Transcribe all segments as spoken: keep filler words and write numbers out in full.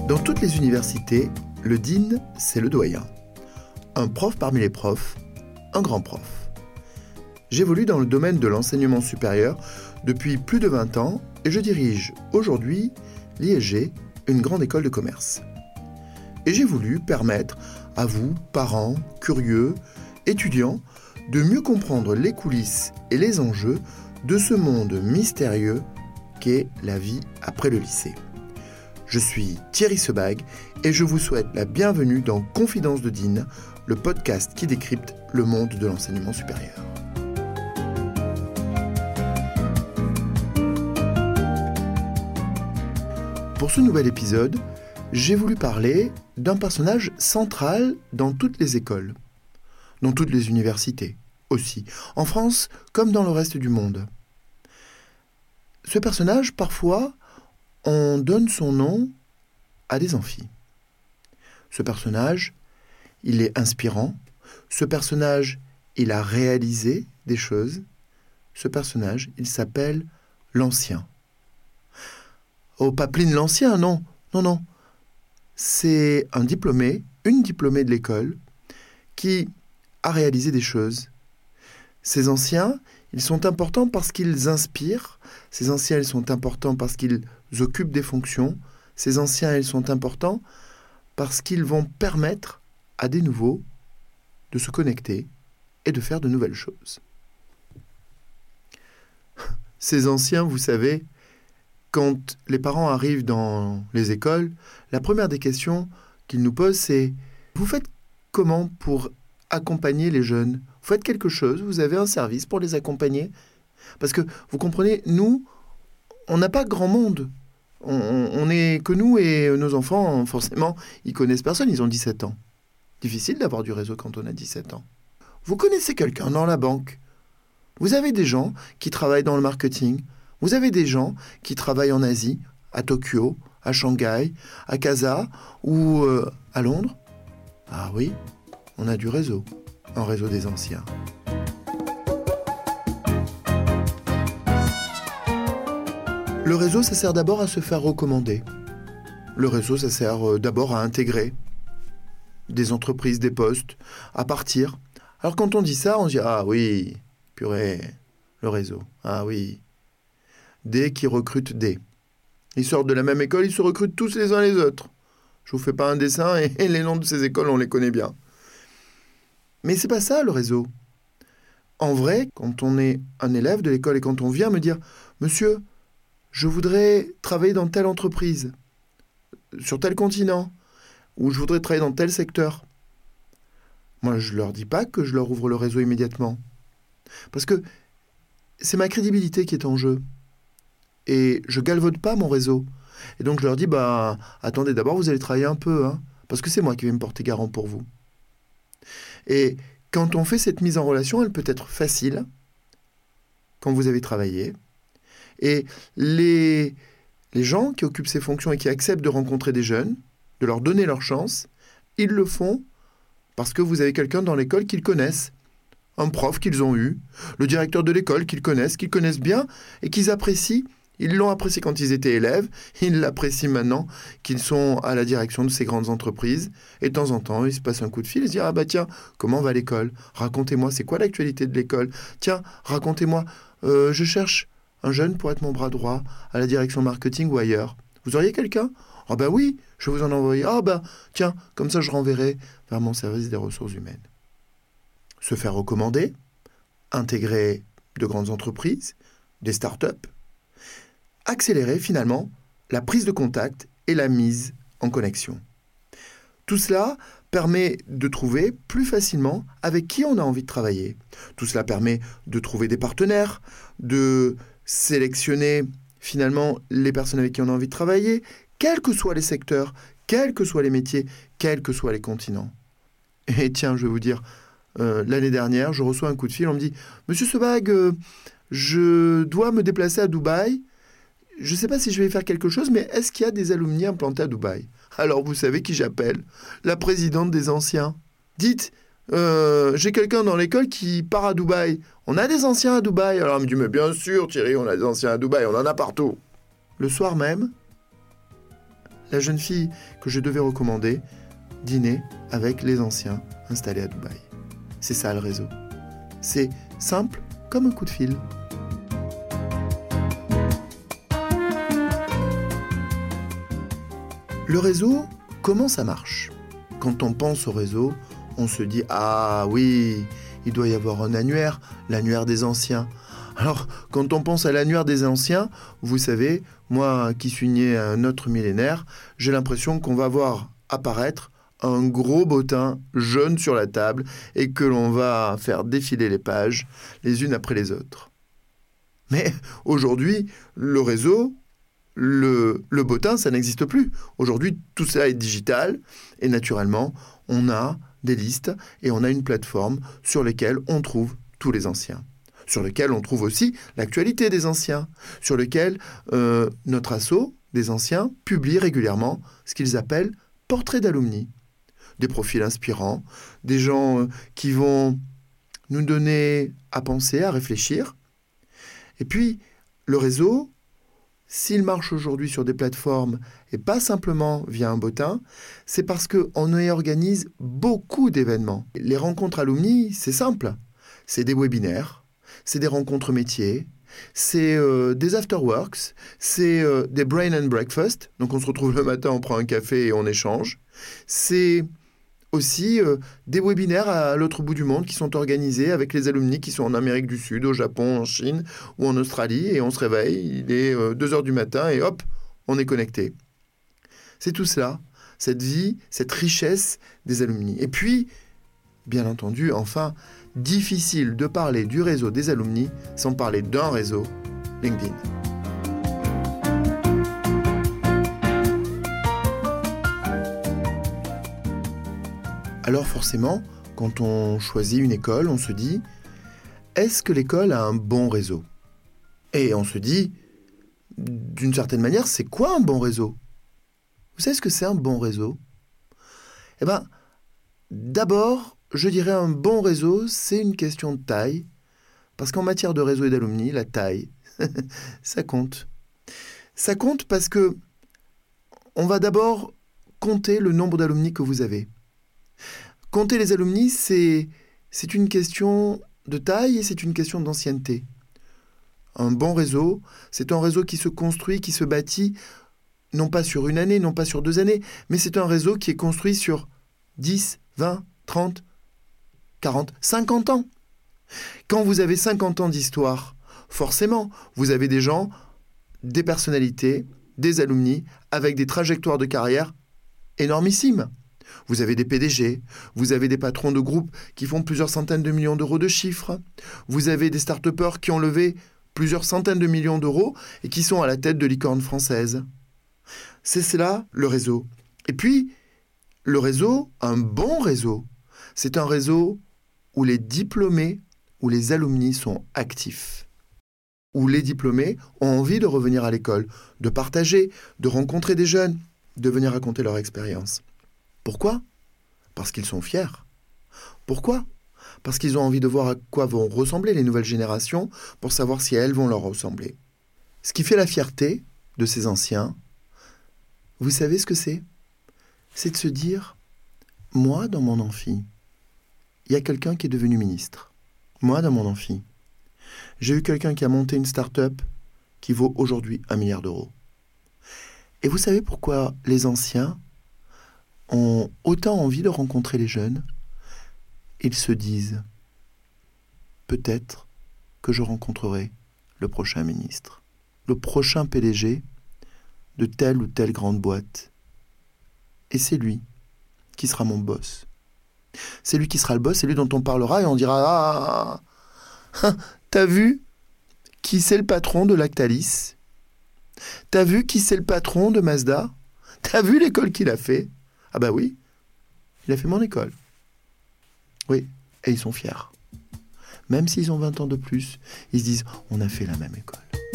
Dans toutes les universités, le dean, c'est le doyen. Un prof parmi les profs, un grand prof. J'évolue dans le domaine de l'enseignement supérieur depuis plus de vingt ans et je dirige aujourd'hui l'I S G, une grande école de commerce. Et j'ai voulu permettre à vous, parents, curieux, étudiants, de mieux comprendre les coulisses et les enjeux de ce monde mystérieux qu'est la vie après le lycée. Je suis Thierry Sebag et je vous souhaite la bienvenue dans Confidence de Dean, le podcast qui décrypte le monde de l'enseignement supérieur. Pour ce nouvel épisode, j'ai voulu parler d'un personnage central dans toutes les écoles, dans toutes les universités aussi, en France comme dans le reste du monde. Ce personnage, parfois, on donne son nom à des amphis. Ce personnage, il est inspirant. Ce personnage, il a réalisé des choses. Ce personnage, il s'appelle l'Ancien. Oh, pas Pline l'Ancien, non, non, non. C'est un diplômé, une diplômée de l'école, qui a réalisé des choses. Ces anciens, ils sont importants parce qu'ils inspirent. Ces anciens, ils sont importants parce qu'ils occupent des fonctions. Ces anciens, ils sont importants parce qu'ils vont permettre à des nouveaux de se connecter et de faire de nouvelles choses. Ces anciens, vous savez, quand les parents arrivent dans les écoles, la première des questions qu'ils nous posent, c'est « Vous faites comment pour accompagner les jeunes ? Vous faites quelque chose ? Vous avez un service pour les accompagner ?» Parce que, vous comprenez, nous, on n'a pas grand monde. On, on est que nous et nos enfants, forcément, ils connaissent personne, ils ont dix-sept ans. Difficile d'avoir du réseau quand on a dix-sept ans. Vous connaissez quelqu'un dans la banque. Vous avez des gens qui travaillent dans le marketing. Vous avez des gens qui travaillent en Asie, à Tokyo, à Shanghai, à Casa ou euh, à Londres. Ah oui, on a du réseau, un réseau des anciens. Le réseau, ça sert d'abord à se faire recommander. Le réseau, ça sert d'abord à intégrer des entreprises, des postes, à partir. Alors quand on dit ça, on dit « Ah oui, purée, le réseau, ah oui. » D qui recrute D. Ils sortent de la même école, ils se recrutent tous les uns les autres. Je vous fais pas un dessin et, et les noms de ces écoles, on les connaît bien. Mais c'est pas ça le réseau. En vrai, quand on est un élève de l'école et quand on vient me dire « Monsieur, je voudrais travailler dans telle entreprise, sur tel continent, ou je voudrais travailler dans tel secteur. » Moi, je leur dis pas que je leur ouvre le réseau immédiatement. Parce que c'est ma crédibilité qui est en jeu. Et je galvaude pas mon réseau. Et donc je leur dis, bah, attendez, d'abord vous allez travailler un peu, hein, parce que c'est moi qui vais me porter garant pour vous. Et quand on fait cette mise en relation, elle peut être facile, quand vous avez travaillé. Et les, les gens qui occupent ces fonctions et qui acceptent de rencontrer des jeunes, de leur donner leur chance, ils le font parce que vous avez quelqu'un dans l'école qu'ils connaissent, un prof qu'ils ont eu, le directeur de l'école qu'ils connaissent, qu'ils connaissent bien et qu'ils apprécient. Ils l'ont apprécié quand ils étaient élèves, ils l'apprécient maintenant qu'ils sont à la direction de ces grandes entreprises. Et de temps en temps, ils se passent un coup de fil et se disent « Ah bah tiens, comment va l'école ? Racontez-moi, c'est quoi l'actualité de l'école ? Tiens, racontez-moi, euh, je cherche un jeune pour être mon bras droit à la direction marketing ou ailleurs. Vous auriez quelqu'un ? Ah bah oui, je vais vous en envoyer. Ah bah tiens, comme ça je renverrai vers mon service des ressources humaines. » Se faire recommander, intégrer de grandes entreprises, des startups, accélérer finalement la prise de contact et la mise en connexion. Tout cela permet de trouver plus facilement avec qui on a envie de travailler. Tout cela permet de trouver des partenaires, de sélectionner finalement les personnes avec qui on a envie de travailler, quels que soient les secteurs, quels que soient les métiers, quels que soient les continents. Et tiens, je vais vous dire, euh, l'année dernière, je reçois un coup de fil, on me dit « Monsieur Sebag, euh, je dois me déplacer à Dubaï. Je ne sais pas si je vais faire quelque chose, mais est-ce qu'il y a des alumni implantés à Dubaï ?» Alors, vous savez qui j'appelle ? La présidente des anciens. Dites, euh, j'ai quelqu'un dans l'école qui part à Dubaï. On a des anciens à Dubaï. Alors, elle me dit, mais bien sûr, Thierry, on a des anciens à Dubaï, on en a partout. Le soir même, la jeune fille que je devais recommander dînait avec les anciens installés à Dubaï. C'est ça le réseau. C'est simple comme un coup de fil. Le réseau, comment ça marche ? Quand on pense au réseau, on se dit « Ah oui, il doit y avoir un annuaire, l'annuaire des anciens ». Alors, quand on pense à l'annuaire des anciens, vous savez, moi qui suis né à un autre millénaire, j'ai l'impression qu'on va voir apparaître un gros bottin jaune sur la table et que l'on va faire défiler les pages les unes après les autres. Mais aujourd'hui, le réseau, le, le bottin, ça n'existe plus. Aujourd'hui, tout ça est digital et naturellement, on a des listes et on a une plateforme sur lesquelles on trouve tous les anciens, sur lesquelles on trouve aussi l'actualité des anciens, sur lesquelles euh, notre asso des anciens publie régulièrement ce qu'ils appellent portraits d'alumni. Des profils inspirants, des gens euh, qui vont nous donner à penser, à réfléchir. Et puis, le réseau, s'il marche aujourd'hui sur des plateformes et pas simplement via un bottin, c'est parce qu'on y organise beaucoup d'événements. Les rencontres alumni, c'est simple. C'est des webinaires, c'est des rencontres métiers, c'est euh, des afterworks, c'est euh, des brain and breakfast. Donc on se retrouve le matin, on prend un café et on échange. C'est aussi euh, des webinaires à l'autre bout du monde qui sont organisés avec les alumni qui sont en Amérique du Sud, au Japon, en Chine ou en Australie. Et on se réveille, il est euh, deux heures du matin et hop, on est connecté. C'est tout cela, cette vie, cette richesse des alumni. Et puis, bien entendu, enfin, difficile de parler du réseau des alumni sans parler d'un réseau, LinkedIn. Alors forcément, quand on choisit une école, on se dit « Est-ce que l'école a un bon réseau ?» Et on se dit, d'une certaine manière, c'est quoi un bon réseau ? Vous savez ce que c'est un bon réseau ? Eh bien, d'abord, je dirais un bon réseau, c'est une question de taille, parce qu'en matière de réseau et d'alumni, la taille, ça compte. Ça compte parce que on va d'abord compter le nombre d'alumni que vous avez. Compter les alumni, c'est, c'est une question de taille et c'est une question d'ancienneté. Un bon réseau, c'est un réseau qui se construit, qui se bâtit, non pas sur une année, non pas sur deux années, mais c'est un réseau qui est construit sur dix, vingt, trente, quarante, cinquante ans. Quand vous avez cinquante ans d'histoire, forcément, vous avez des gens, des personnalités, des alumni, avec des trajectoires de carrière énormissimes. Vous avez des P D G, vous avez des patrons de groupes qui font plusieurs centaines de millions d'euros de chiffres, vous avez des start-upers qui ont levé plusieurs centaines de millions d'euros et qui sont à la tête de licornes françaises. C'est cela, le réseau. Et puis, le réseau, un bon réseau, c'est un réseau où les diplômés, où les alumni sont actifs, où les diplômés ont envie de revenir à l'école, de partager, de rencontrer des jeunes, de venir raconter leur expérience. Pourquoi ? Parce qu'ils sont fiers. Pourquoi ? Parce qu'ils ont envie de voir à quoi vont ressembler les nouvelles générations pour savoir si elles vont leur ressembler. Ce qui fait la fierté de ces anciens, vous savez ce que c'est ? C'est de se dire, moi, dans mon amphi, il y a quelqu'un qui est devenu ministre. Moi, dans mon amphi, j'ai eu quelqu'un qui a monté une start-up qui vaut aujourd'hui un milliard d'euros. Et vous savez pourquoi les anciens ont autant envie de rencontrer les jeunes ? Ils se disent, peut-être que je rencontrerai le prochain ministre, le prochain P D G de telle ou telle grande boîte. Et c'est lui qui sera mon boss. C'est lui qui sera le boss, c'est lui dont on parlera et on dira « Ah, ah, t'as vu qui c'est le patron de Lactalis ? T'as vu qui c'est le patron de Mazda ? T'as vu l'école qu'il a fait ? Ah bah oui, il a fait mon école. » Oui, et ils sont fiers. Même s'ils ont vingt ans de plus, ils se disent « On a fait la même école. »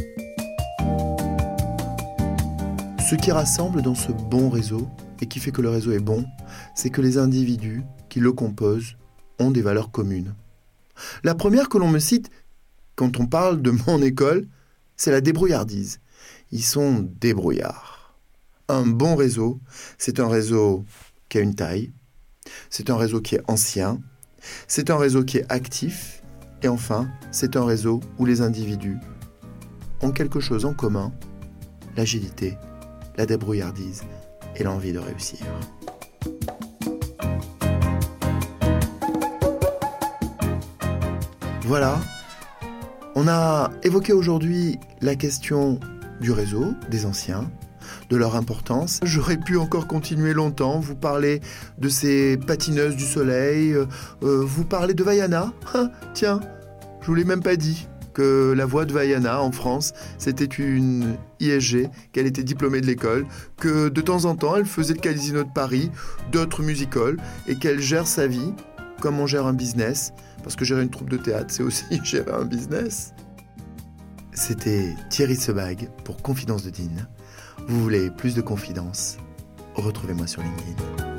Ce qui rassemble dans ce bon réseau, et qui fait que le réseau est bon, c'est que les individus qui le composent ont des valeurs communes. La première que l'on me cite quand on parle de mon école, c'est la débrouillardise. Ils sont débrouillards. Un bon réseau, c'est un réseau qui a une taille, c'est un réseau qui est ancien, c'est un réseau qui est actif, et enfin, c'est un réseau où les individus ont quelque chose en commun, l'agilité, la débrouillardise et l'envie de réussir. Voilà, on a évoqué aujourd'hui la question du réseau, des anciens, de leur importance. J'aurais pu encore continuer longtemps, vous parler de ces patineuses du soleil, euh, vous parler de Vaiana. Ah, tiens, je vous l'ai même pas dit que la voix de Vaiana en France, c'était une I S G, qu'elle était diplômée de l'école, que de temps en temps, elle faisait le Casino de Paris, d'autres music-halls, et qu'elle gère sa vie comme on gère un business, parce que gérer une troupe de théâtre, c'est aussi gérer un business. C'était Thierry Sebag pour Confidence de Dean. Vous voulez plus de confidences? Retrouvez-moi sur LinkedIn.